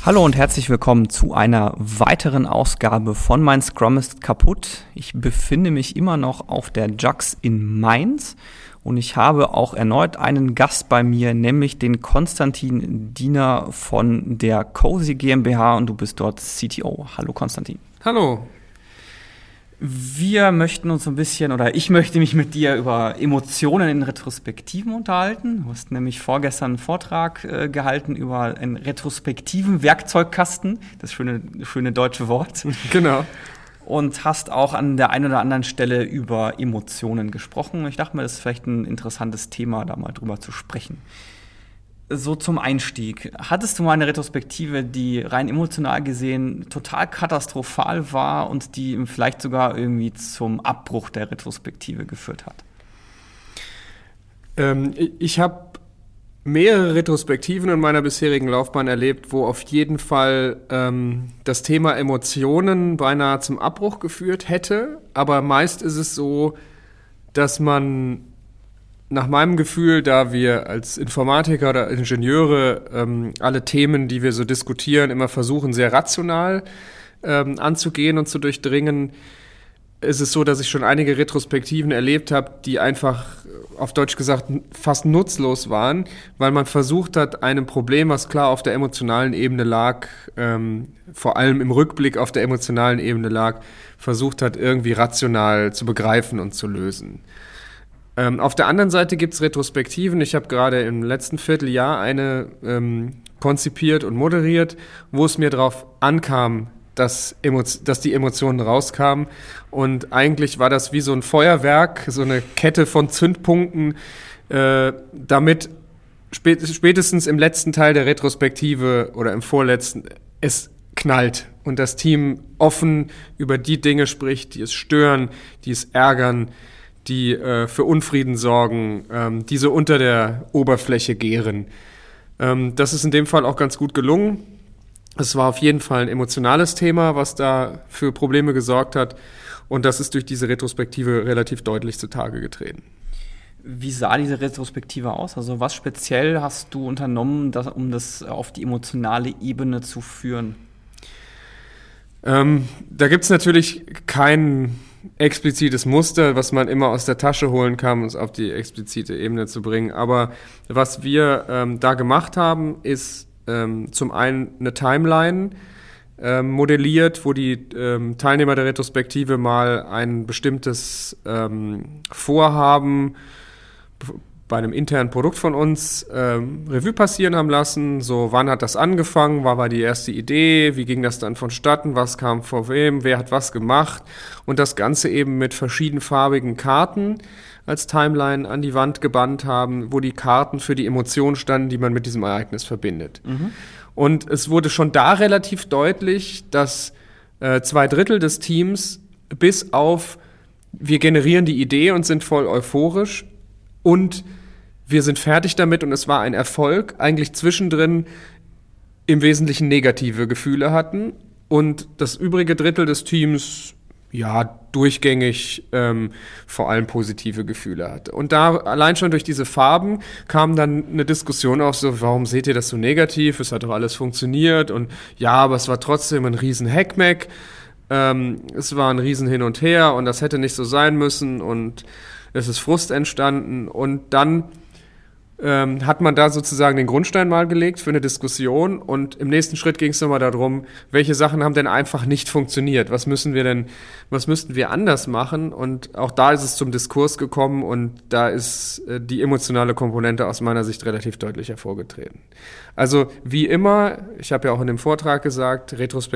Hallo und herzlich willkommen zu einer weiteren Ausgabe von Mein Scrum ist kaputt. Ich befinde mich immer noch auf der JUX in Mainz und ich habe auch erneut einen Gast bei mir, nämlich den Konstantin Diener von der Cozy GmbH und du bist dort CTO. Hallo Konstantin. Hallo. Wir möchten uns ein bisschen, oder ich möchte mich mit dir über Emotionen in Retrospektiven unterhalten. Du hast nämlich vorgestern einen Vortrag gehalten über einen retrospektiven Werkzeugkasten, das schöne deutsche Wort. Genau. Und hast auch an der einen oder anderen Stelle über Emotionen gesprochen. Ich dachte mir, das ist vielleicht ein interessantes Thema, da mal drüber zu sprechen. So zum Einstieg. Hattest du mal eine Retrospektive, die rein emotional gesehen total katastrophal war und die vielleicht sogar irgendwie zum Abbruch der Retrospektive geführt hat? Ich habe mehrere Retrospektiven in meiner bisherigen Laufbahn erlebt, wo auf jeden Fall das Thema Emotionen beinahe zum Abbruch geführt hätte. Aber meist ist es so, dass man nach meinem Gefühl, da wir als Informatiker oder Ingenieure alle Themen, die wir so diskutieren, immer versuchen, sehr rational anzugehen und zu durchdringen, ist es so, dass ich schon einige Retrospektiven erlebt habe, die einfach, auf Deutsch gesagt, fast nutzlos waren, weil man versucht hat, einem Problem, was klar auf der emotionalen Ebene lag, vor allem im Rückblick auf der emotionalen Ebene lag, versucht hat, irgendwie rational zu begreifen und zu lösen. Auf der anderen Seite gibt's Retrospektiven. Ich habe gerade im letzten Vierteljahr eine konzipiert und moderiert, wo es mir darauf ankam, dass die Emotionen rauskamen. Und eigentlich war das wie so ein Feuerwerk, so eine Kette von Zündpunkten, damit spätestens im letzten Teil der Retrospektive oder im vorletzten es knallt und das Team offen über die Dinge spricht, die es stören, die es ärgern, die für Unfrieden sorgen, die so unter der Oberfläche gären. Das ist in dem Fall auch ganz gut gelungen. Es war auf jeden Fall ein emotionales Thema, was da für Probleme gesorgt hat. Und das ist durch diese Retrospektive relativ deutlich zutage getreten. Wie sah diese Retrospektive aus? Also was speziell hast du unternommen, um das auf die emotionale Ebene zu führen? Da gibt's natürlich kein explizites Muster, was man immer aus der Tasche holen kann, um es auf die explizite Ebene zu bringen. Aber was wir da gemacht haben, ist zum einen eine Timeline modelliert, wo die Teilnehmer der Retrospektive mal ein bestimmtes Vorhaben bei einem internen Produkt von uns Revue passieren haben lassen. So, wann hat das angefangen? War die erste Idee? Wie ging das dann vonstatten? Was kam vor wem? Wer hat was gemacht? Und das Ganze eben mit verschiedenfarbigen Karten als Timeline an die Wand gebannt haben, wo die Karten für die Emotionen standen, die man mit diesem Ereignis verbindet. Mhm. Und es wurde schon da relativ deutlich, dass 2/3 des Teams bis auf wir generieren die Idee und sind voll euphorisch und wir sind fertig damit und es war ein Erfolg, eigentlich zwischendrin im Wesentlichen negative Gefühle hatten und das übrige Drittel des Teams ja durchgängig vor allem positive Gefühle hatte. Und da allein schon durch diese Farben kam dann eine Diskussion auf so, warum seht ihr das so negativ? Es hat doch alles funktioniert und ja, aber es war trotzdem ein riesen Hackmack. Es war ein riesen Hin und Her und das hätte nicht so sein müssen und es ist Frust entstanden und dann hat man da sozusagen den Grundstein mal gelegt für eine Diskussion und im nächsten Schritt ging es nochmal darum, welche Sachen haben denn einfach nicht funktioniert, was müssten wir anders machen und auch da ist es zum Diskurs gekommen und da ist die emotionale Komponente aus meiner Sicht relativ deutlich hervorgetreten. Also wie immer, ich habe ja auch in dem Vortrag gesagt,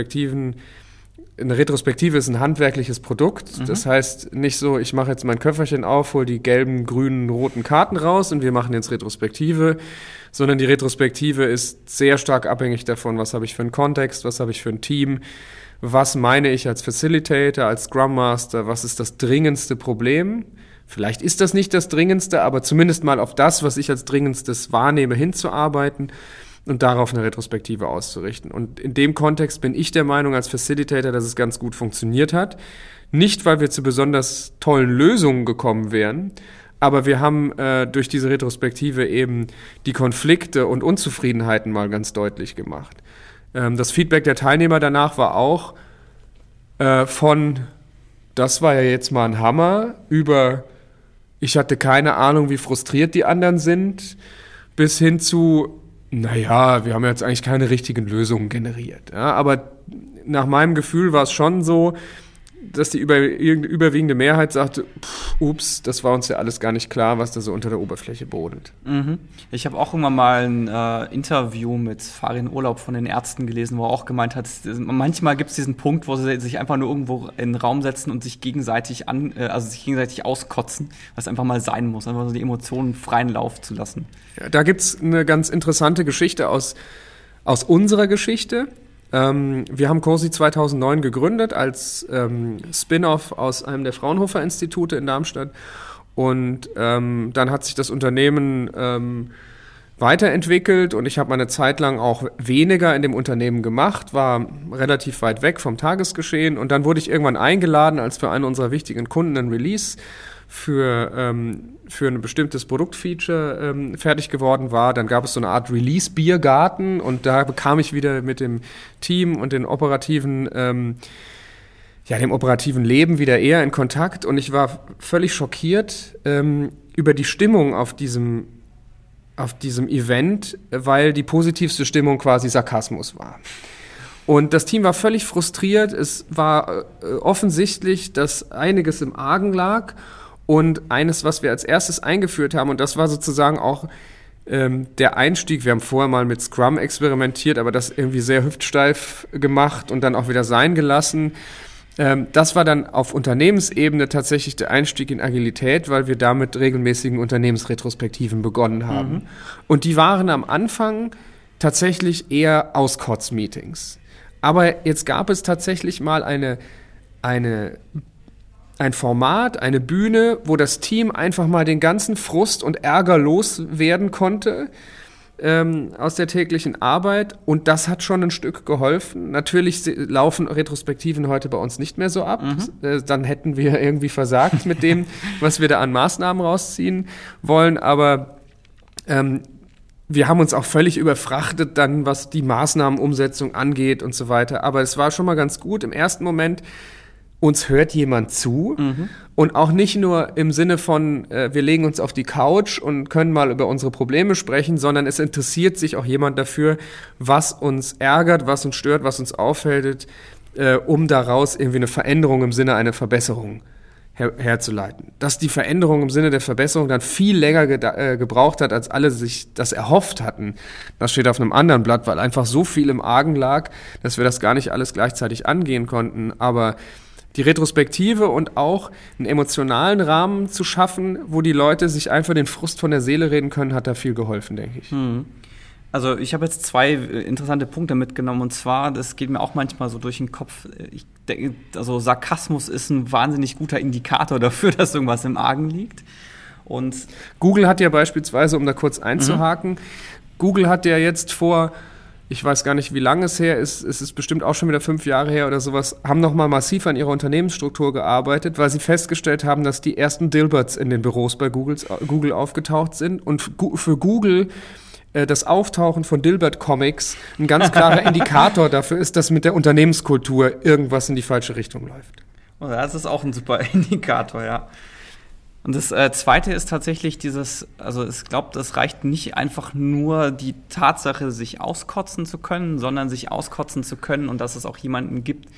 eine Retrospektive ist ein handwerkliches Produkt. Das heißt nicht so, ich mache jetzt mein Köfferchen auf, hole die gelben, grünen, roten Karten raus und wir machen jetzt Retrospektive, sondern die Retrospektive ist sehr stark abhängig davon, was habe ich für einen Kontext, was habe ich für ein Team, was meine ich als Facilitator, als Scrum Master, was ist das dringendste Problem. Vielleicht ist das nicht das dringendste, aber zumindest mal auf das, was ich als dringendstes wahrnehme, hinzuarbeiten. Und darauf eine Retrospektive auszurichten. Und in dem Kontext bin ich der Meinung als Facilitator, dass es ganz gut funktioniert hat. Nicht, weil wir zu besonders tollen Lösungen gekommen wären, aber wir haben durch diese Retrospektive eben die Konflikte und Unzufriedenheiten mal ganz deutlich gemacht. Das Feedback der Teilnehmer danach war auch das war ja jetzt mal ein Hammer, über ich hatte keine Ahnung, wie frustriert die anderen sind, bis hin zu, naja, wir haben jetzt eigentlich keine richtigen Lösungen generiert. Ja, aber nach meinem Gefühl war es schon so, dass die überwiegende Mehrheit sagte, ups, das war uns ja alles gar nicht klar, was da so unter der Oberfläche brodelt. Mhm. Ich habe auch immer mal ein Interview mit Farin Urlaub von den Ärzten gelesen, wo er auch gemeint hat, manchmal gibt es diesen Punkt, wo sie sich einfach nur irgendwo in den Raum setzen und sich gegenseitig auskotzen, was einfach mal sein muss, einfach so die Emotionen freien Lauf zu lassen. Ja, da gibt's eine ganz interessante Geschichte aus unserer Geschichte. Wir haben COSI 2009 gegründet als Spin-off aus einem der Fraunhofer-Institute in Darmstadt. Und dann hat sich das Unternehmen weiterentwickelt und ich habe meine Zeit lang auch weniger in dem Unternehmen gemacht, war relativ weit weg vom Tagesgeschehen. Und dann wurde ich irgendwann eingeladen, als für einen unserer wichtigen Kunden ein Release für ein bestimmtes Produktfeature fertig geworden war. Dann gab es so eine Art Release-Biergarten und da bekam ich wieder mit dem Team und dem operativen Leben wieder eher in Kontakt und ich war völlig schockiert über die Stimmung auf diesem Event, weil die positivste Stimmung quasi Sarkasmus war. Und das Team war völlig frustriert. Es war offensichtlich, dass einiges im Argen lag. Und eines, was wir als erstes eingeführt haben, und das war sozusagen auch der Einstieg, wir haben vorher mal mit Scrum experimentiert, aber das irgendwie sehr hüftsteif gemacht und dann auch wieder sein gelassen. Das war dann auf Unternehmensebene tatsächlich der Einstieg in Agilität, weil wir damit regelmäßigen Unternehmensretrospektiven begonnen haben. Mhm. Und die waren am Anfang tatsächlich eher Auskotz-Meetings. Aber jetzt gab es tatsächlich mal ein Format, eine Bühne, wo das Team einfach mal den ganzen Frust und Ärger loswerden konnte aus der täglichen Arbeit. Und das hat schon ein Stück geholfen. Natürlich laufen Retrospektiven heute bei uns nicht mehr so ab. Mhm. Dann hätten wir irgendwie versagt mit dem, was wir da an Maßnahmen rausziehen wollen. Aber wir haben uns auch völlig überfrachtet dann, was die Maßnahmenumsetzung angeht und so weiter. Aber es war schon mal ganz gut im ersten Moment, uns hört jemand zu und auch nicht nur im Sinne von, wir legen uns auf die Couch und können mal über unsere Probleme sprechen, sondern es interessiert sich auch jemand dafür, was uns ärgert, was uns stört, was uns auffällt, um daraus irgendwie eine Veränderung im Sinne einer Verbesserung herzuleiten. Dass die Veränderung im Sinne der Verbesserung dann viel länger gebraucht hat, als alle sich das erhofft hatten, das steht auf einem anderen Blatt, weil einfach so viel im Argen lag, dass wir das gar nicht alles gleichzeitig angehen konnten, aber die Retrospektive und auch einen emotionalen Rahmen zu schaffen, wo die Leute sich einfach den Frust von der Seele reden können, hat da viel geholfen, denke ich. Also ich habe jetzt 2 interessante Punkte mitgenommen und zwar, das geht mir auch manchmal so durch den Kopf, ich denke, also Sarkasmus ist ein wahnsinnig guter Indikator dafür, dass irgendwas im Argen liegt. Und Google hat ja beispielsweise, um da kurz einzuhaken, Google hat ja jetzt vor, ich weiß gar nicht, wie lange es her ist, es ist bestimmt auch schon wieder 5 Jahre her oder sowas, haben nochmal massiv an ihrer Unternehmensstruktur gearbeitet, weil sie festgestellt haben, dass die ersten Dilberts in den Büros bei Google aufgetaucht sind und für Google das Auftauchen von Dilbert-Comics ein ganz klarer Indikator dafür ist, dass mit der Unternehmenskultur irgendwas in die falsche Richtung läuft. Oh, das ist auch ein super Indikator, ja. Und das Zweite ist tatsächlich ich glaube, das reicht nicht einfach nur die Tatsache, sich auskotzen zu können, sondern sich auskotzen zu können und dass es auch jemanden gibt,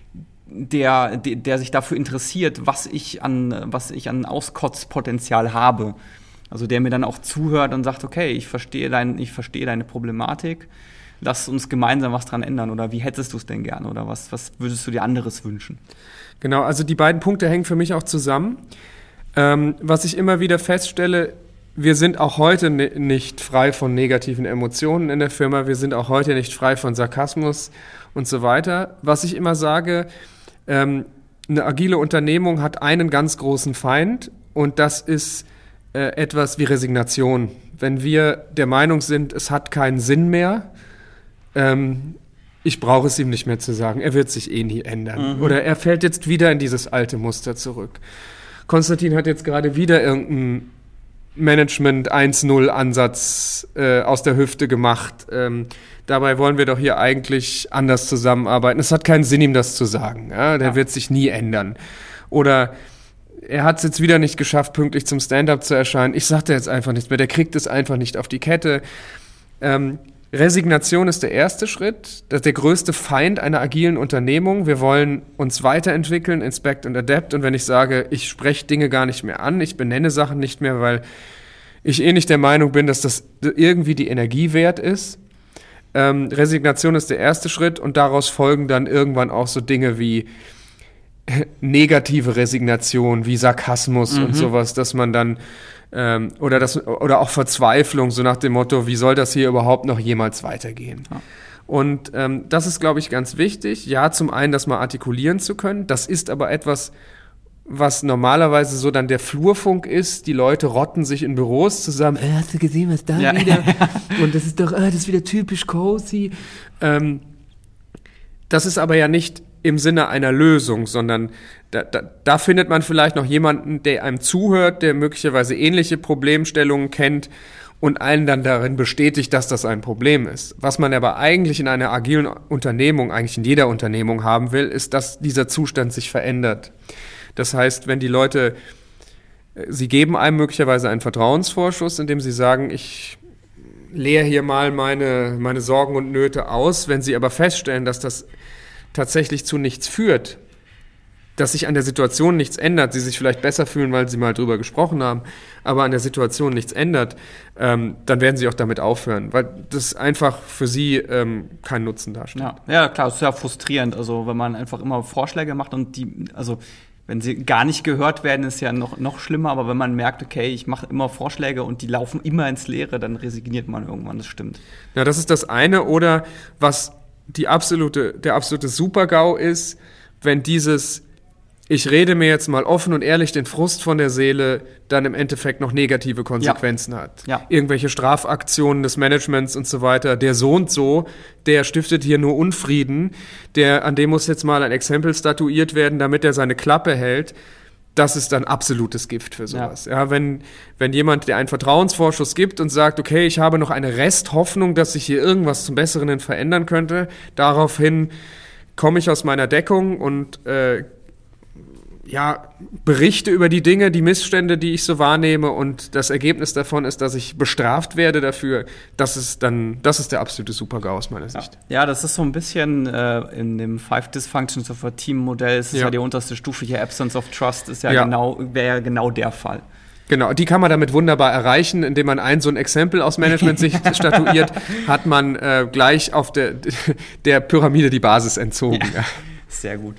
der sich dafür interessiert, was ich an Auskotzpotenzial habe. Also der mir dann auch zuhört und sagt, okay, ich verstehe deine Problematik, lass uns gemeinsam was dran ändern oder wie hättest du es denn gern oder was würdest du dir anderes wünschen? Genau, also die beiden Punkte hängen für mich auch zusammen. Was ich immer wieder feststelle, wir sind auch heute nicht frei von negativen Emotionen in der Firma, wir sind auch heute nicht frei von Sarkasmus und so weiter. Was ich immer sage, eine agile Unternehmung hat einen ganz großen Feind und das ist etwas wie Resignation. Wenn wir der Meinung sind, es hat keinen Sinn mehr, ich brauche es ihm nicht mehr zu sagen, er wird sich eh nie ändern. Oder er fällt jetzt wieder in dieses alte Muster zurück. Konstantin hat jetzt gerade wieder irgendein Management 1-0-Ansatz aus der Hüfte gemacht. Dabei wollen wir doch hier eigentlich anders zusammenarbeiten. Es hat keinen Sinn, ihm das zu sagen. Ja? Der wird sich nie ändern. Oder er hat es jetzt wieder nicht geschafft, pünktlich zum Stand-up zu erscheinen. Ich sag dir jetzt einfach nichts mehr. Der kriegt es einfach nicht auf die Kette. Resignation ist der erste Schritt. Das ist der größte Feind einer agilen Unternehmung. Wir wollen uns weiterentwickeln, inspect und adapt. Und wenn ich sage, ich spreche Dinge gar nicht mehr an, ich benenne Sachen nicht mehr, weil ich nicht der Meinung bin, dass das irgendwie die Energie wert ist. Resignation ist der erste Schritt und daraus folgen dann irgendwann auch so Dinge wie negative Resignation, wie Sarkasmus und sowas, dass man dann oder auch Verzweiflung, so nach dem Motto, wie soll das hier überhaupt noch jemals weitergehen? Ja. Und das ist, glaube ich, ganz wichtig. Ja, zum einen, das mal artikulieren zu können. Das ist aber etwas, was normalerweise so dann der Flurfunk ist. Die Leute rotten sich in Büros zusammen. Hast du gesehen, was da wieder? Und das ist doch, das ist wieder typisch cozy. Das ist aber ja nicht im Sinne einer Lösung, sondern da findet man vielleicht noch jemanden, der einem zuhört, der möglicherweise ähnliche Problemstellungen kennt und einen dann darin bestätigt, dass das ein Problem ist. Was man aber eigentlich in einer agilen Unternehmung, eigentlich in jeder Unternehmung haben will, ist, dass dieser Zustand sich verändert. Das heißt, wenn die Leute, sie geben einem möglicherweise einen Vertrauensvorschuss, indem sie sagen, ich leere hier mal meine Sorgen und Nöte aus. Wenn sie aber feststellen, dass das tatsächlich zu nichts führt, dass sich an der Situation nichts ändert, sie sich vielleicht besser fühlen, weil sie mal drüber gesprochen haben, aber an der Situation nichts ändert, dann werden sie auch damit aufhören, weil das einfach für sie keinen Nutzen darstellt. Ja, klar, das ist ja frustrierend, also wenn man einfach immer Vorschläge macht und wenn sie gar nicht gehört werden, ist ja noch schlimmer, aber wenn man merkt, okay, ich mache immer Vorschläge und die laufen immer ins Leere, dann resigniert man irgendwann, das stimmt. Ja, das ist das eine, oder was der absolute Super-GAU ist, wenn ich rede mir jetzt mal offen und ehrlich den Frust von der Seele, dann im Endeffekt noch negative Konsequenzen hat. Ja. Irgendwelche Strafaktionen des Managements und so weiter. Der so und so, der stiftet hier nur Unfrieden. An dem muss jetzt mal ein Exempel statuiert werden, damit er seine Klappe hält. Das ist dann absolutes Gift für sowas. Ja, wenn jemand, der einen Vertrauensvorschuss gibt und sagt, okay, ich habe noch eine Resthoffnung, dass sich hier irgendwas zum Besseren verändern könnte, daraufhin komme ich aus meiner Deckung und berichte über die Dinge, die Missstände, die ich so wahrnehme, und das Ergebnis davon ist, dass ich bestraft werde dafür. Das ist der absolute Super-GAU aus meiner Sicht. Ja, das ist so ein bisschen in dem 5 Dysfunctions of a Team-Modell, ist ja die unterste Stufe hier, Absence of Trust, wäre ja genau der Fall. Genau, die kann man damit wunderbar erreichen, indem man so ein Exempel aus Management-Sicht statuiert, hat man gleich auf der Pyramide die Basis entzogen. Ja. Sehr gut.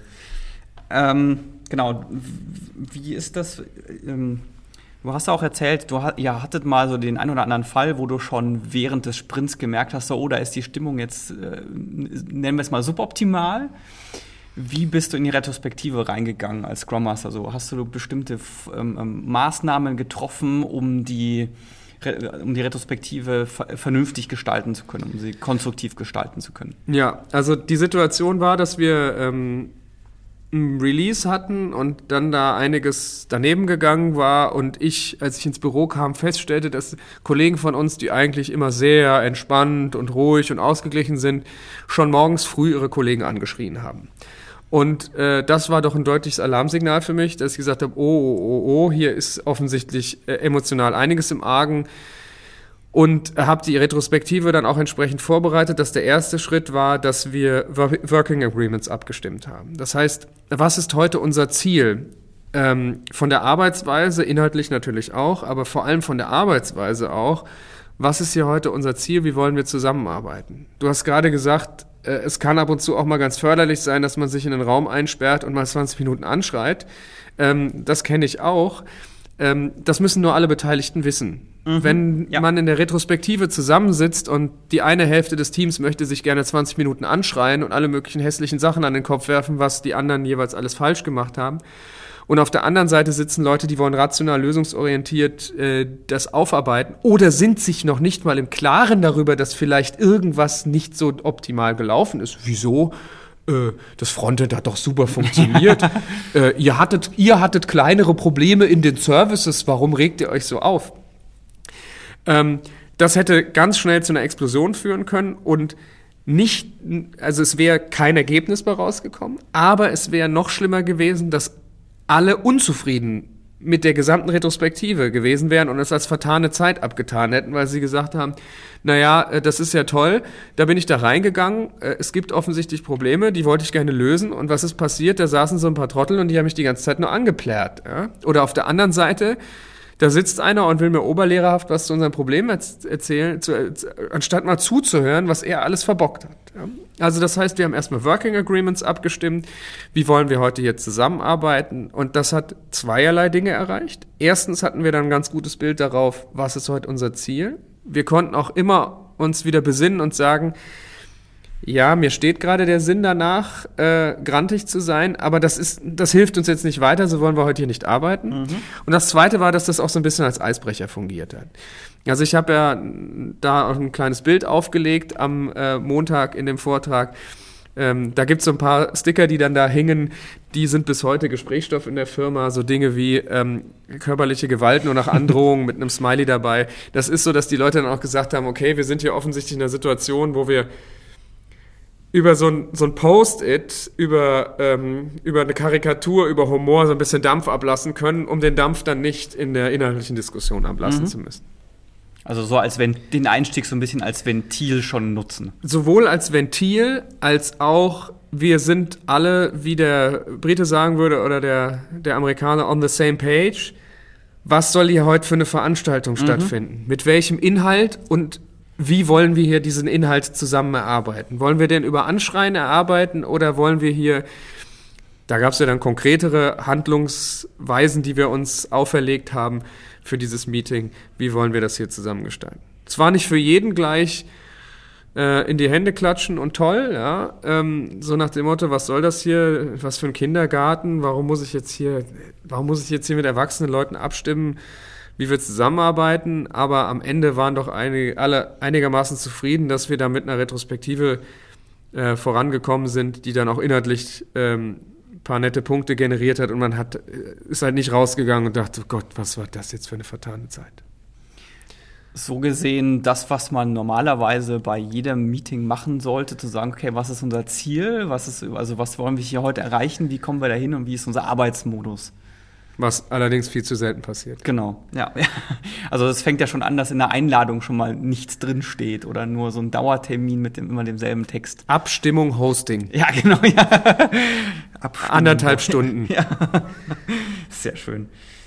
Genau, wie ist das? Du hast auch erzählt, ihr hattet mal so den einen oder anderen Fall, wo du schon während des Sprints gemerkt hast, da ist die Stimmung jetzt, nennen wir es mal, suboptimal. Wie bist du in die Retrospektive reingegangen als Scrum Master? Also hast du bestimmte Maßnahmen getroffen, um die Retrospektive vernünftig gestalten zu können, um sie konstruktiv gestalten zu können? Ja, also die Situation war, dass wir ein Release hatten und dann da einiges daneben gegangen war und ich, als ich ins Büro kam, feststellte, dass Kollegen von uns, die eigentlich immer sehr entspannt und ruhig und ausgeglichen sind, schon morgens früh ihre Kollegen angeschrien haben. Und das war doch ein deutliches Alarmsignal für mich, dass ich gesagt habe, hier ist offensichtlich emotional einiges im Argen. Und habe die Retrospektive dann auch entsprechend vorbereitet, dass der erste Schritt war, dass wir Working Agreements abgestimmt haben. Das heißt, was ist heute unser Ziel? Von der Arbeitsweise, inhaltlich natürlich auch, aber vor allem von der Arbeitsweise auch. Was ist hier heute unser Ziel? Wie wollen wir zusammenarbeiten? Du hast gerade gesagt, es kann ab und zu auch mal ganz förderlich sein, dass man sich in einen Raum einsperrt und mal 20 Minuten anschreit. Das kenne ich auch. Das müssen nur alle Beteiligten wissen. Wenn man in der Retrospektive zusammensitzt und die eine Hälfte des Teams möchte sich gerne 20 Minuten anschreien und alle möglichen hässlichen Sachen an den Kopf werfen, was die anderen jeweils alles falsch gemacht haben. Und auf der anderen Seite sitzen Leute, die wollen rational, lösungsorientiert das aufarbeiten oder sind sich noch nicht mal im Klaren darüber, dass vielleicht irgendwas nicht so optimal gelaufen ist. Wieso? Das Frontend hat doch super funktioniert. Ihr hattet kleinere Probleme in den Services, warum regt ihr euch so auf? Das hätte ganz schnell zu einer Explosion führen können und es wäre kein Ergebnis bei rausgekommen, aber es wäre noch schlimmer gewesen, dass alle unzufrieden mit der gesamten Retrospektive gewesen wären und es als vertane Zeit abgetan hätten, weil sie gesagt haben, naja, das ist ja toll, da bin ich da reingegangen, es gibt offensichtlich Probleme, die wollte ich gerne lösen und was ist passiert? Da saßen so ein paar Trottel und die haben mich die ganze Zeit nur angeplärt. Ja? Oder auf der anderen Seite, da sitzt einer und will mir oberlehrerhaft was zu unserem Problem erzählen, anstatt mal zuzuhören, was er alles verbockt hat. Ja? Also das heißt, wir haben erstmal Working Agreements abgestimmt, wie wollen wir heute hier zusammenarbeiten und das hat zweierlei Dinge erreicht. Erstens hatten wir dann ein ganz gutes Bild darauf, was ist heute unser Ziel. Wir konnten auch immer uns wieder besinnen und sagen, ja, mir steht gerade der Sinn danach, grantig zu sein, aber das hilft uns jetzt nicht weiter, so wollen wir heute hier nicht arbeiten. Mhm. Und das Zweite war, dass das auch so ein bisschen als Eisbrecher fungiert hat. Also ich habe ja da auch ein kleines Bild aufgelegt am Montag in dem Vortrag. Da gibt's so ein paar Sticker, die dann da hingen, die sind bis heute Gesprächsstoff in der Firma, so Dinge wie körperliche Gewalt nur nach Androhung mit einem Smiley dabei. Das ist so, dass die Leute dann auch gesagt haben, okay, wir sind hier offensichtlich in einer Situation, wo wir über so ein Post-it, über eine Karikatur, über Humor so ein bisschen Dampf ablassen können, um den Dampf dann nicht in der inhaltlichen Diskussion ablassen zu müssen. Also so, als wenn den Einstieg so ein bisschen als Ventil schon nutzen. Sowohl als Ventil, als auch wir sind alle, wie der Brite sagen würde oder der Amerikaner, on the same page. Was soll hier heute für eine Veranstaltung stattfinden? Mit welchem Inhalt und wie wollen wir hier diesen Inhalt zusammen erarbeiten? Wollen wir den über Anschreien erarbeiten oder wollen wir hier, da gab es ja dann konkretere Handlungsweisen, die wir uns auferlegt haben für dieses Meeting, wie wollen wir das hier zusammen gestalten? Es war nicht für jeden gleich in die Hände klatschen und toll, ja, so nach dem Motto, was soll das hier, was für ein Kindergarten, warum muss ich jetzt hier mit erwachsenen Leuten abstimmen, wie wir zusammenarbeiten, aber am Ende waren doch alle einigermaßen zufrieden, dass wir da mit einer Retrospektive vorangekommen sind, die dann auch inhaltlich ein paar nette Punkte generiert hat und man ist halt nicht rausgegangen und dachte, oh Gott, was war das jetzt für eine vertane Zeit? So gesehen, das, was man normalerweise bei jedem Meeting machen sollte, zu sagen, okay, was ist unser Ziel, was wollen wir hier heute erreichen, wie kommen wir da hin und wie ist unser Arbeitsmodus? Was allerdings viel zu selten passiert. Genau, ja. Also es fängt ja schon an, dass in der Einladung schon mal nichts drinsteht oder nur so ein Dauertermin mit immer demselben Text. Abstimmung, Hosting. Ja, genau, ja. 1,5 Stunden. Ja, sehr schön.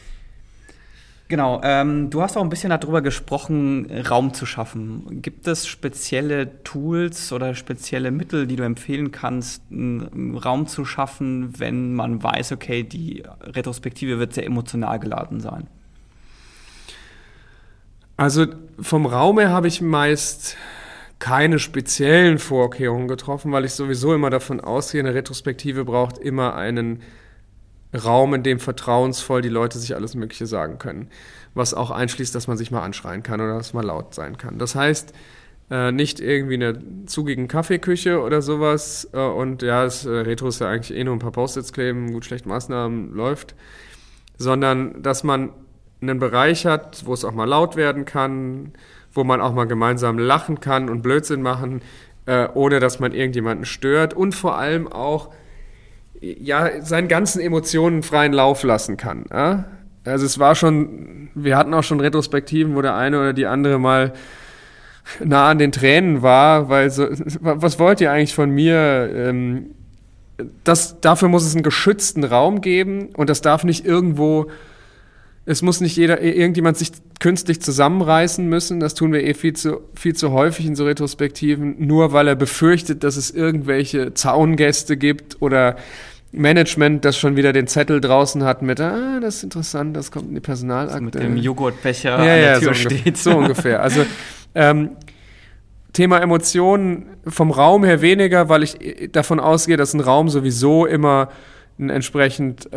Genau, du hast auch ein bisschen darüber gesprochen, Raum zu schaffen. Gibt es spezielle Tools oder spezielle Mittel, die du empfehlen kannst, einen Raum zu schaffen, wenn man weiß, okay, die Retrospektive wird sehr emotional geladen sein? Also vom Raum her habe ich meist keine speziellen Vorkehrungen getroffen, weil ich sowieso immer davon ausgehe, eine Retrospektive braucht immer einen Raum, in dem vertrauensvoll die Leute sich alles Mögliche sagen können. Was auch einschließt, dass man sich mal anschreien kann oder dass man laut sein kann. Das heißt, nicht irgendwie eine zugigen Kaffeeküche oder sowas und ja, Retro ist ja eigentlich nur ein paar Post-its kleben, gut, schlecht Maßnahmen läuft, sondern dass man einen Bereich hat, wo es auch mal laut werden kann, wo man auch mal gemeinsam lachen kann und Blödsinn machen, ohne dass man irgendjemanden stört und vor allem auch seinen ganzen Emotionen freien Lauf lassen kann. Ja? Also wir hatten auch schon Retrospektiven, wo der eine oder die andere mal nah an den Tränen war, weil was wollt ihr eigentlich von mir? Dafür muss es einen geschützten Raum geben und das darf nicht es muss nicht irgendjemand sich künstlich zusammenreißen müssen, das tun wir viel zu häufig in so Retrospektiven, nur weil er befürchtet, dass es irgendwelche Zaungäste gibt oder Management, das schon wieder den Zettel draußen hat mit, das ist interessant, das kommt in die Personalakte. Mit dem Joghurtbecher an der Tür steht. So ungefähr. Also Thema Emotionen vom Raum her weniger, weil ich davon ausgehe, dass ein Raum sowieso immer entsprechend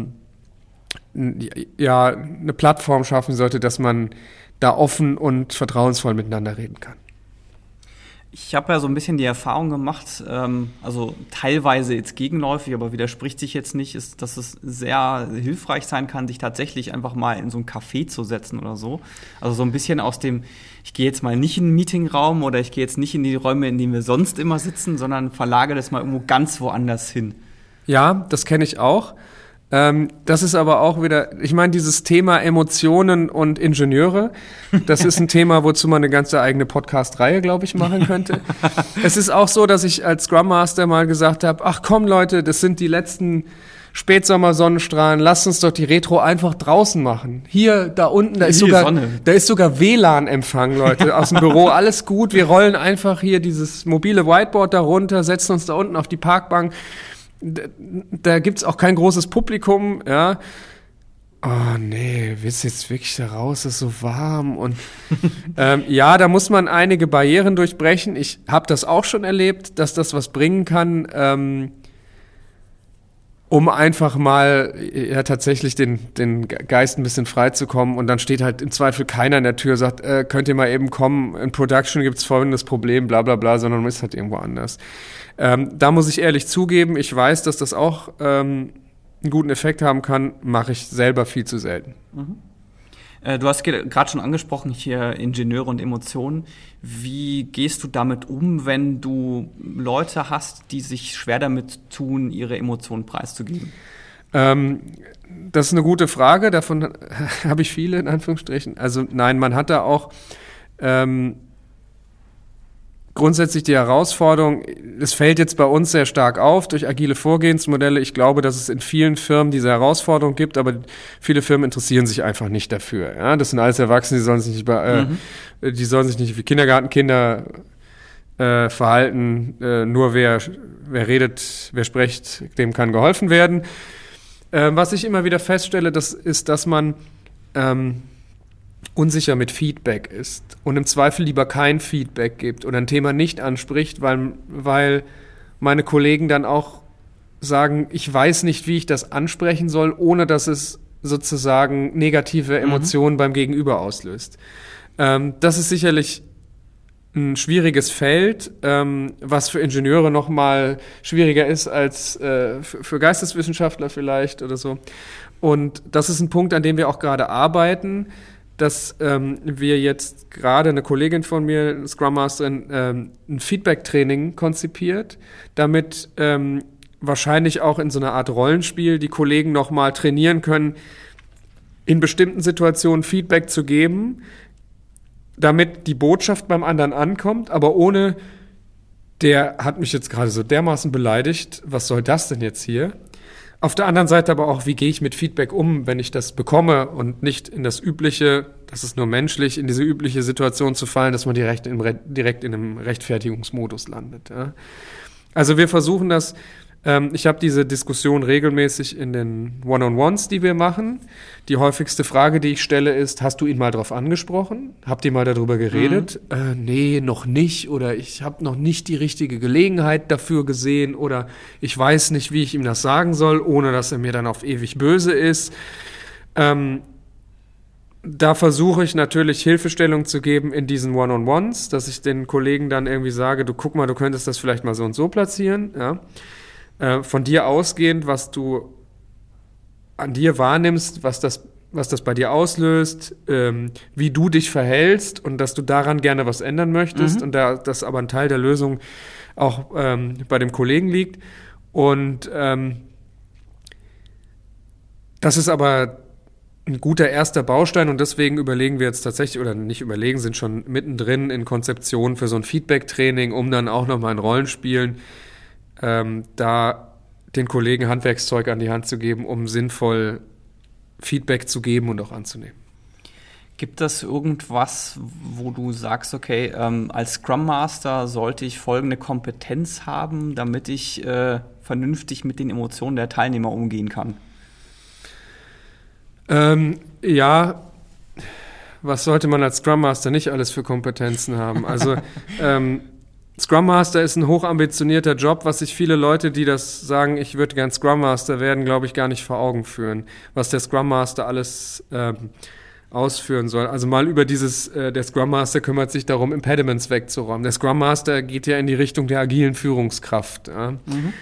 eine Plattform schaffen sollte, dass man da offen und vertrauensvoll miteinander reden kann. Ich habe ja so ein bisschen die Erfahrung gemacht, also teilweise jetzt gegenläufig, aber widerspricht sich jetzt nicht, ist, dass es sehr hilfreich sein kann, sich tatsächlich einfach mal in so ein Café zu setzen oder so. Also so ein bisschen aus dem, ich gehe jetzt mal nicht in den Meetingraum oder ich gehe jetzt nicht in die Räume, in denen wir sonst immer sitzen, sondern verlagere das mal irgendwo ganz woanders hin. Ja, das kenne ich auch. Das ist aber auch wieder, ich meine, dieses Thema Emotionen und Ingenieure, das ist ein Thema, wozu man eine ganze eigene Podcast-Reihe, glaube ich, machen könnte. Es ist auch so, dass ich als Scrum Master mal gesagt habe, ach komm Leute, das sind die letzten Spätsommer-Sonnenstrahlen, lasst uns doch die Retro einfach draußen machen. Hier, da unten, da ist sogar WLAN-Empfang, Leute, aus dem Büro, alles gut, wir rollen einfach hier dieses mobile Whiteboard da runter, setzen uns da unten auf die Parkbank. Da gibt's auch kein großes Publikum, ja. Oh nee, willst du jetzt wirklich da raus? Es ist so warm und ja, da muss man einige Barrieren durchbrechen. Ich habe das auch schon erlebt, dass das was bringen kann, um einfach mal ja tatsächlich den Geist ein bisschen frei zu kommen und dann steht halt im Zweifel keiner in der Tür, sagt, könnt ihr mal eben kommen, in Production gibt's folgendes Problem, bla bla bla, sondern man ist halt irgendwo anders. Da muss ich ehrlich zugeben, ich weiß, dass das auch einen guten Effekt haben kann, mache ich selber viel zu selten. Du hast gerade schon angesprochen, hier Ingenieure und Emotionen. Wie gehst du damit um, wenn du Leute hast, die sich schwer damit tun, ihre Emotionen preiszugeben? Das ist eine gute Frage, davon habe ich viele in Anführungsstrichen. Also nein, man hat da auch grundsätzlich die Herausforderung, es fällt jetzt bei uns sehr stark auf durch agile Vorgehensmodelle. Ich glaube, dass es in vielen Firmen diese Herausforderung gibt, aber viele Firmen interessieren sich einfach nicht dafür. Ja? Das sind alles Erwachsene, die sollen sich nicht wie Kindergartenkinder verhalten. Nur wer redet, wer spricht, dem kann geholfen werden. Was ich immer wieder feststelle, das ist, dass man unsicher mit Feedback ist und im Zweifel lieber kein Feedback gibt oder ein Thema nicht anspricht, weil meine Kollegen dann auch sagen, ich weiß nicht, wie ich das ansprechen soll, ohne dass es sozusagen negative Emotionen beim Gegenüber auslöst. Das ist sicherlich ein schwieriges Feld, was für Ingenieure noch mal schwieriger ist als für Geisteswissenschaftler vielleicht oder so. Und das ist ein Punkt, an dem wir auch gerade arbeiten, dass wir jetzt gerade, eine Kollegin von mir, eine Scrum Masterin, ein Feedback-Training konzipiert, damit wahrscheinlich auch in so einer Art Rollenspiel die Kollegen nochmal trainieren können, in bestimmten Situationen Feedback zu geben, damit die Botschaft beim anderen ankommt, aber ohne, der hat mich jetzt gerade so dermaßen beleidigt, was soll das denn jetzt hier? Auf der anderen Seite aber auch, wie gehe ich mit Feedback um, wenn ich das bekomme und nicht in das übliche, das ist nur menschlich, in diese übliche Situation zu fallen, dass man direkt in einem Rechtfertigungsmodus landet. Ja. Also wir versuchen das, ich habe diese Diskussion regelmäßig in den One-on-Ones, die wir machen. Die häufigste Frage, die ich stelle, ist, hast du ihn mal drauf angesprochen? Habt ihr mal darüber geredet? Nee, noch nicht. Oder ich habe noch nicht die richtige Gelegenheit dafür gesehen. Oder ich weiß nicht, wie ich ihm das sagen soll, ohne dass er mir dann auf ewig böse ist. Da versuche ich natürlich Hilfestellung zu geben in diesen One-on-Ones, dass ich den Kollegen dann irgendwie sage, du guck mal, du könntest das vielleicht mal so und so platzieren, ja. Von dir ausgehend, was du an dir wahrnimmst, was das bei dir auslöst, wie du dich verhältst und dass du daran gerne was ändern möchtest und dass aber ein Teil der Lösung auch bei dem Kollegen liegt. Und das ist aber ein guter erster Baustein und deswegen überlegen wir jetzt tatsächlich, oder nicht überlegen, sind schon mittendrin in Konzeption für so ein Feedback-Training, um dann auch nochmal in Rollenspielen da den Kollegen Handwerkszeug an die Hand zu geben, um sinnvoll Feedback zu geben und auch anzunehmen. Gibt es irgendwas, wo du sagst, okay, als Scrum Master sollte ich folgende Kompetenz haben, damit ich vernünftig mit den Emotionen der Teilnehmer umgehen kann? Ja, was sollte man als Scrum Master nicht alles für Kompetenzen haben? Also Scrum Master ist ein hochambitionierter Job, was sich viele Leute, die das sagen, ich würde gern Scrum Master werden, glaube ich, gar nicht vor Augen führen. Was der Scrum Master alles ausführen soll. Also mal über der Scrum Master kümmert sich darum, Impediments wegzuräumen. Der Scrum Master geht ja in die Richtung der agilen Führungskraft. Ja.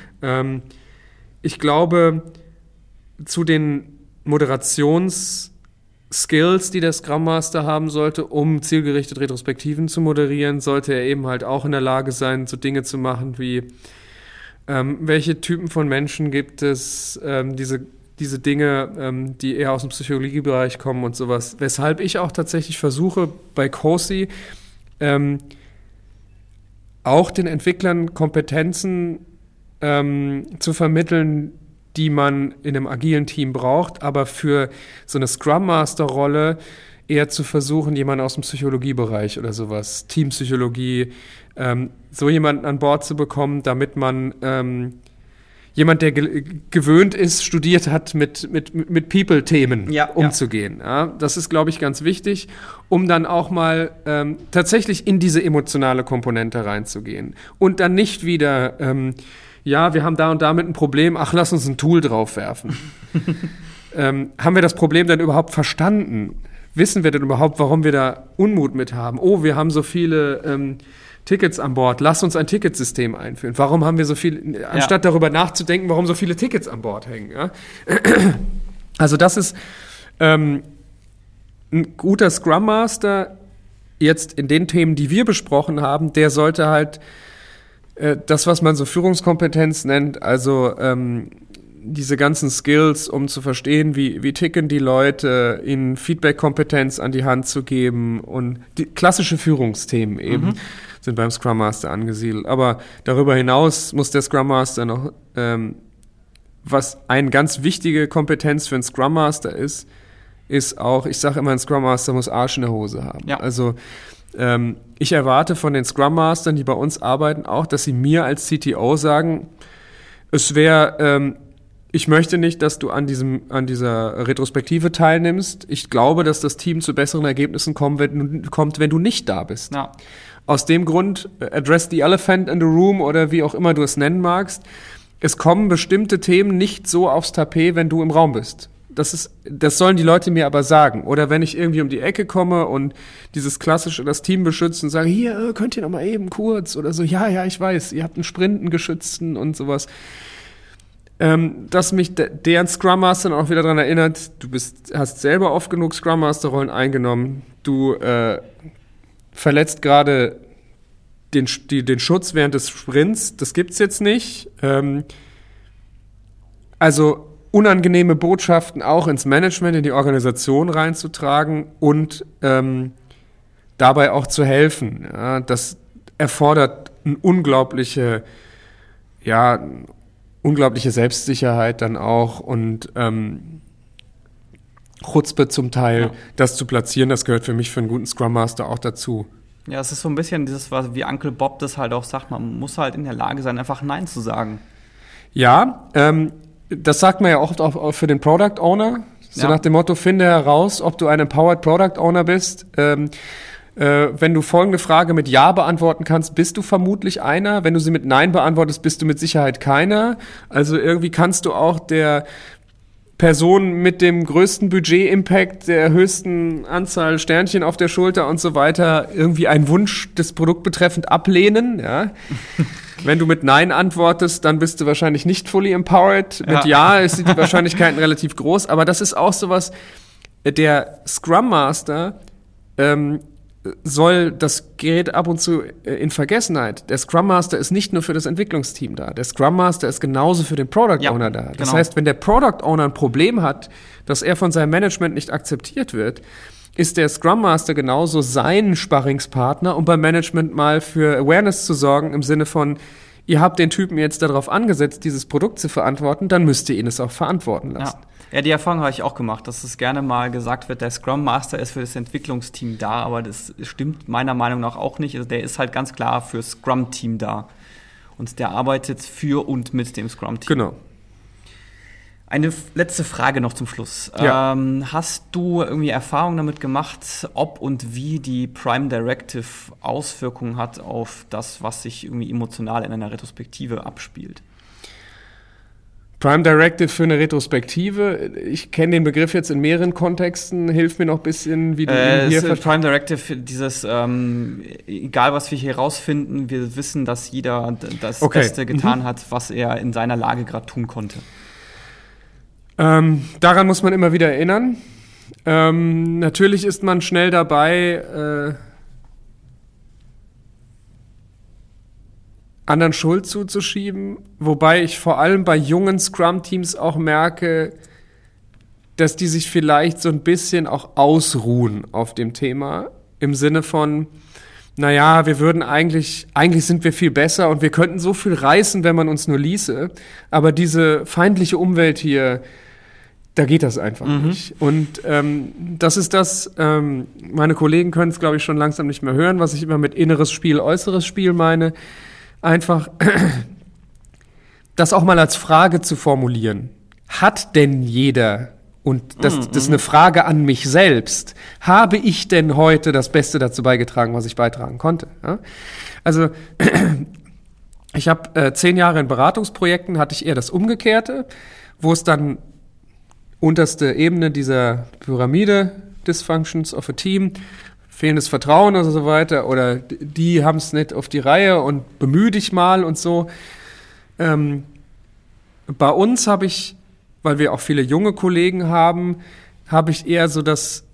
Ich glaube, zu den Moderationsskills, die der Scrum Master haben sollte, um zielgerichtet Retrospektiven zu moderieren, sollte er eben halt auch in der Lage sein, so Dinge zu machen wie welche Typen von Menschen gibt es, diese Dinge, die eher aus dem Psychologiebereich kommen und sowas. Weshalb ich auch tatsächlich versuche, bei COSI auch den Entwicklern Kompetenzen zu vermitteln, die man in einem agilen Team braucht, aber für so eine Scrum Master Rolle eher zu versuchen, jemanden aus dem Psychologiebereich oder sowas, Teampsychologie, so jemanden an Bord zu bekommen, damit man jemand, der gewöhnt ist, studiert hat, mit People-Themen umzugehen. Ja, das ist, glaube ich, ganz wichtig, um dann auch mal tatsächlich in diese emotionale Komponente reinzugehen. Und dann nicht wieder, wir haben da und damit ein Problem, lass uns ein Tool drauf werfen. Haben wir das Problem dann überhaupt verstanden? Wissen wir denn überhaupt, warum wir da Unmut mit haben? Oh, wir haben so viele Tickets an Bord, lass uns ein Ticketsystem einführen. Warum haben wir so viel, anstatt darüber nachzudenken, warum so viele Tickets an Bord hängen? Ja? Also das ist ein guter Scrum Master, jetzt in den Themen, die wir besprochen haben, der sollte halt das, was man so Führungskompetenz nennt, also diese ganzen Skills, um zu verstehen, wie ticken die Leute, ihnen Feedback-Kompetenz an die Hand zu geben und die klassische Führungsthemen eben sind beim Scrum Master angesiedelt. Aber darüber hinaus muss der Scrum Master noch, was eine ganz wichtige Kompetenz für einen Scrum Master ist auch, ich sage immer, ein Scrum Master muss Arsch in der Hose haben. Ja. Also ich erwarte von den Scrum Mastern, die bei uns arbeiten, auch, dass sie mir als CTO sagen, ich möchte nicht, dass du an dieser Retrospektive teilnimmst. Ich glaube, dass das Team zu besseren Ergebnissen kommt, wenn du nicht da bist. Ja. Aus dem Grund, address the elephant in the room oder wie auch immer du es nennen magst. Es kommen bestimmte Themen nicht so aufs Tapet, wenn du im Raum bist. Das sollen die Leute mir aber sagen. Oder wenn ich irgendwie um die Ecke komme und dieses klassische, das Team beschützen und sage, hier, könnt ihr noch mal eben kurz oder so. Ja, ich weiß, ihr habt einen Sprinten geschützten und sowas. Dass mich deren Scrum Master dann auch wieder daran erinnert, hast selber oft genug Scrum Master Rollen eingenommen. Du verletzt gerade den Schutz während des Sprints. Das gibt's jetzt nicht. Also unangenehme Botschaften auch ins Management, in die Organisation reinzutragen und dabei auch zu helfen. Ja, das erfordert eine unglaubliche Selbstsicherheit dann auch und Chutzpe zum Teil, das zu platzieren, das gehört für mich für einen guten Scrum Master auch dazu. Ja, es ist so ein bisschen dieses, was wie Uncle Bob das halt auch sagt, man muss halt in der Lage sein, einfach Nein zu sagen. Ja, das sagt man ja auch für den Product Owner, so nach dem Motto, finde heraus, ob du ein Empowered Product Owner bist. Wenn du folgende Frage mit Ja beantworten kannst, bist du vermutlich einer. Wenn du sie mit Nein beantwortest, bist du mit Sicherheit keiner. Also irgendwie kannst du auch der Person mit dem größten Budget-Impact, der höchsten Anzahl Sternchen auf der Schulter und so weiter irgendwie einen Wunsch des Produkt betreffend ablehnen. Ja. Wenn du mit Nein antwortest, dann bist du wahrscheinlich nicht fully empowered. Mit Ja ist die Wahrscheinlichkeit relativ groß. Aber das ist auch sowas, der Scrum Master das gerät ab und zu in Vergessenheit. Der Scrum Master ist nicht nur für das Entwicklungsteam da. Der Scrum Master ist genauso für den Product Owner da. Das heißt, wenn der Product Owner ein Problem hat, dass er von seinem Management nicht akzeptiert wird, ist der Scrum Master genauso sein Sparringspartner, um beim Management mal für Awareness zu sorgen, im Sinne von, ihr habt den Typen jetzt darauf angesetzt, dieses Produkt zu verantworten, dann müsst ihr ihn es auch verantworten lassen. Ja, die Erfahrung habe ich auch gemacht, dass es gerne mal gesagt wird, der Scrum Master ist für das Entwicklungsteam da, aber das stimmt meiner Meinung nach auch nicht. Also der ist halt ganz klar für das Scrum-Team da. Und der arbeitet für und mit dem Scrum-Team. Genau. Eine letzte Frage noch zum Schluss. Ja. Hast du irgendwie Erfahrung damit gemacht, ob und wie die Prime Directive Auswirkungen hat auf das, was sich irgendwie emotional in einer Retrospektive abspielt? Prime Directive für eine Retrospektive. Ich kenne den Begriff jetzt in mehreren Kontexten. Hilf mir noch ein bisschen, wie du ihn hier Prime Directive, dieses, egal was wir hier rausfinden, wir wissen, dass jeder das Beste getan hat, was er in seiner Lage gerade tun konnte. Daran muss man immer wieder erinnern. Natürlich ist man schnell dabei, anderen Schuld zuzuschieben, wobei ich vor allem bei jungen Scrum-Teams auch merke, dass die sich vielleicht so ein bisschen auch ausruhen auf dem Thema, im Sinne von, naja, wir würden eigentlich sind wir viel besser und wir könnten so viel reißen, wenn man uns nur ließe, aber diese feindliche Umwelt hier, da geht das einfach nicht. Und das ist das, meine Kollegen können es, glaube ich, schon langsam nicht mehr hören, was ich immer mit inneres Spiel, äußeres Spiel meine, einfach das auch mal als Frage zu formulieren. Hat denn jeder, und das ist eine Frage an mich selbst, habe ich denn heute das Beste dazu beigetragen, was ich beitragen konnte? Ja? Also ich habe 10 Jahre in Beratungsprojekten, hatte ich eher das Umgekehrte, wo es dann unterste Ebene dieser Pyramide, Dysfunctions of a Team, fehlendes Vertrauen oder so weiter, oder die haben es nicht auf die Reihe und bemühe dich mal und so. Bei uns habe ich, weil wir auch viele junge Kollegen haben, habe ich eher so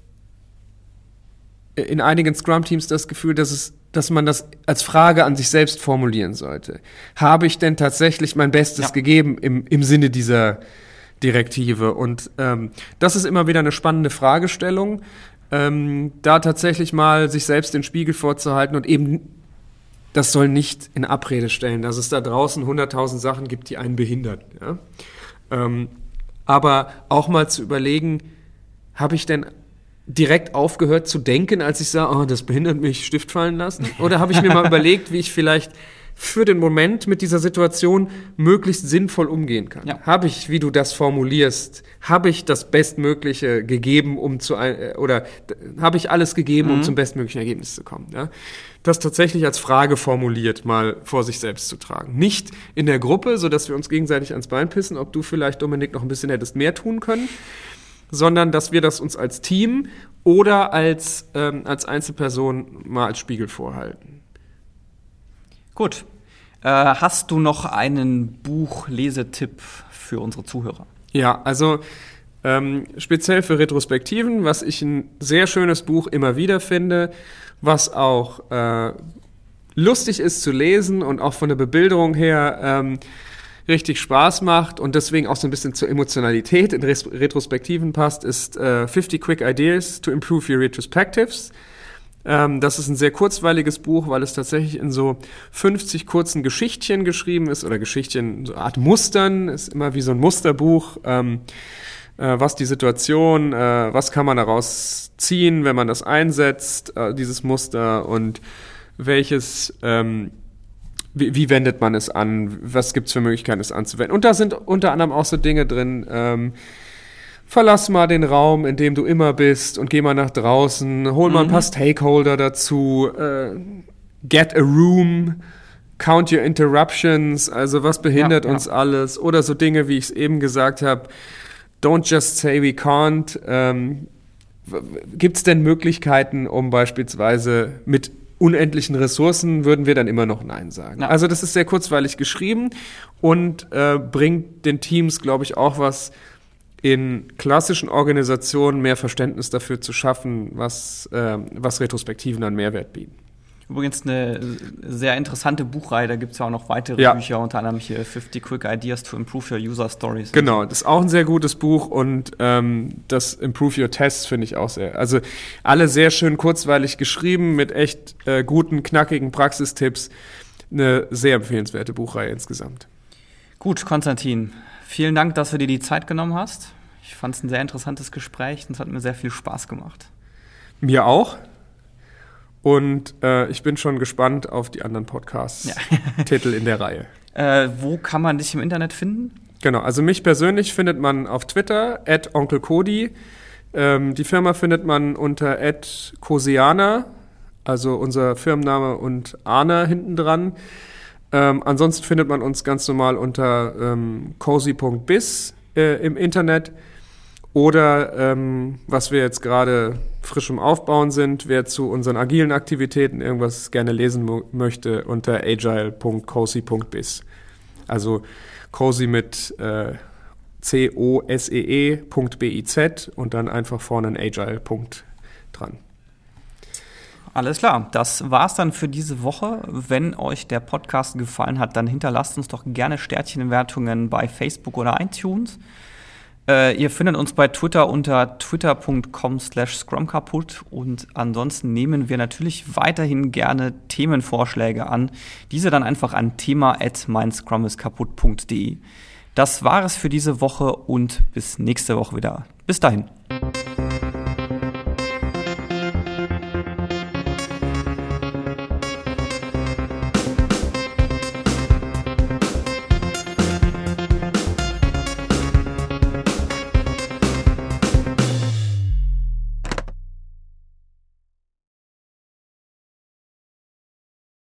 in einigen Scrum-Teams das Gefühl, dass man das als Frage an sich selbst formulieren sollte. Habe ich denn tatsächlich mein Bestes gegeben im Sinne dieser Direktive? Und das ist immer wieder eine spannende Fragestellung, da tatsächlich mal sich selbst den Spiegel vorzuhalten und eben, das soll nicht in Abrede stellen, dass es da draußen 100.000 Sachen gibt, die einen behindern. Ja? Aber auch mal zu überlegen, habe ich denn direkt aufgehört zu denken, als ich sah, oh, das behindert mich, Stift fallen lassen? Oder habe ich mir mal überlegt, wie ich vielleicht für den Moment mit dieser Situation möglichst sinnvoll umgehen kann? Ja. Habe ich, wie du das formulierst, habe ich das Bestmögliche gegeben, oder habe ich alles gegeben, um zum bestmöglichen Ergebnis zu kommen? Ja? Das tatsächlich als Frage formuliert mal vor sich selbst zu tragen. Nicht in der Gruppe, sodass wir uns gegenseitig ans Bein pissen, ob du vielleicht, Dominik, noch ein bisschen hättest mehr tun können, sondern dass wir das uns als Team oder als Einzelperson mal als Spiegel vorhalten. Gut. Hast du noch einen Buch-Lesetipp für unsere Zuhörer? Ja, also speziell für Retrospektiven, was ich ein sehr schönes Buch immer wieder finde, was auch lustig ist zu lesen und auch von der Bebilderung her richtig Spaß macht und deswegen auch so ein bisschen zur Emotionalität in Retrospektiven passt, ist 50 Quick Ideas to Improve Your Retrospectives. Das ist ein sehr kurzweiliges Buch, weil es tatsächlich in so 50 kurzen Geschichtchen geschrieben ist, oder Geschichtchen, so eine Art Mustern, ist immer wie so ein Musterbuch, was die Situation, was kann man daraus ziehen, wenn man das einsetzt, dieses Muster, und welches, wie wendet man es an, was gibt's für Möglichkeiten, es anzuwenden. Und da sind unter anderem auch so Dinge drin, verlass mal den Raum, in dem du immer bist, und geh mal nach draußen, hol mal ein paar Stakeholder dazu, get a room, count your interruptions, also was behindert uns alles, oder so Dinge, wie ich es eben gesagt habe, don't just say we can't. Gibt es denn Möglichkeiten, um beispielsweise mit unendlichen Ressourcen, würden wir dann immer noch Nein sagen. Ja. Also das ist sehr kurzweilig geschrieben und bringt den Teams, glaube ich, auch was, in klassischen Organisationen mehr Verständnis dafür zu schaffen, was Retrospektiven an Mehrwert bieten. Übrigens eine sehr interessante Buchreihe, da gibt es ja auch noch weitere Bücher, unter anderem hier 50 Quick Ideas to Improve Your User Stories. Genau, das ist auch ein sehr gutes Buch, und das Improve Your Tests finde ich auch sehr. Also alle sehr schön kurzweilig geschrieben, mit echt guten, knackigen Praxistipps. Eine sehr empfehlenswerte Buchreihe insgesamt. Gut, Konstantin, vielen Dank, dass du dir die Zeit genommen hast. Ich fand es ein sehr interessantes Gespräch und es hat mir sehr viel Spaß gemacht. Mir auch. Und ich bin schon gespannt auf die anderen Podcasts-Titel in der Reihe. Wo kann man dich im Internet finden? Genau, also mich persönlich findet man auf Twitter, @OnkelCody. Die Firma findet man unter @Cosiana, also unser Firmenname und Arna hinten dran. Ansonsten findet man uns ganz normal unter cozy.biz im Internet. Oder was wir jetzt gerade frisch im Aufbauen sind, wer zu unseren agilen Aktivitäten irgendwas gerne lesen möchte, unter agile.cozy.biz. Also cozy mit COSEE.biz und dann einfach vorne ein Agile Punkt dran. Alles klar, das war's dann für diese Woche. Wenn euch der Podcast gefallen hat, dann hinterlasst uns doch gerne Sternchenwertungen bei Facebook oder iTunes. Ihr findet uns bei Twitter unter twitter.com/scrumkaputt und ansonsten nehmen wir natürlich weiterhin gerne Themenvorschläge an. Diese dann einfach an thema@meinscrumiskaputt.de. Das war es für diese Woche und bis nächste Woche wieder. Bis dahin.